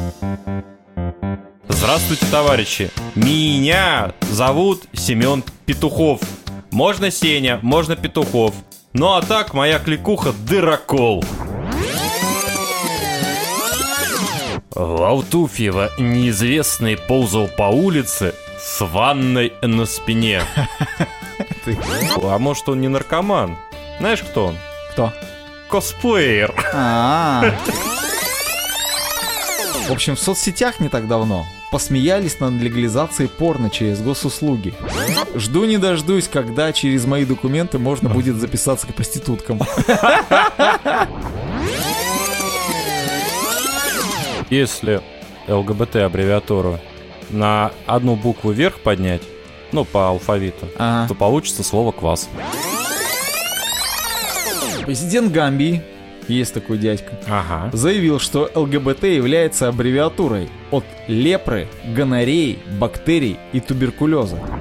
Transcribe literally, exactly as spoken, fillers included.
Здравствуйте, товарищи. Меня зовут Семен Петухов. Можно Сеня, можно Петухов. Ну а так, моя кликуха Дырокол. В Алтуфьево неизвестный ползал по улице с ванной на спине. А может, он не наркоман? Знаешь, кто он? Кто? Косплеер. А-а-а. В общем, в соцсетях не так давно посмеялись над легализацией порно через госуслуги. Жду не дождусь, когда через мои документы можно будет записаться к проституткам. Если ЛГБТ-аббревиатуру на одну букву вверх поднять, ну, по алфавиту, ага. то получится слово «квас». Президент Гамбии, есть такой дядька, ага. заявил, что ЛГБТ является аббревиатурой от лепры, гонореи, бактерий и туберкулеза.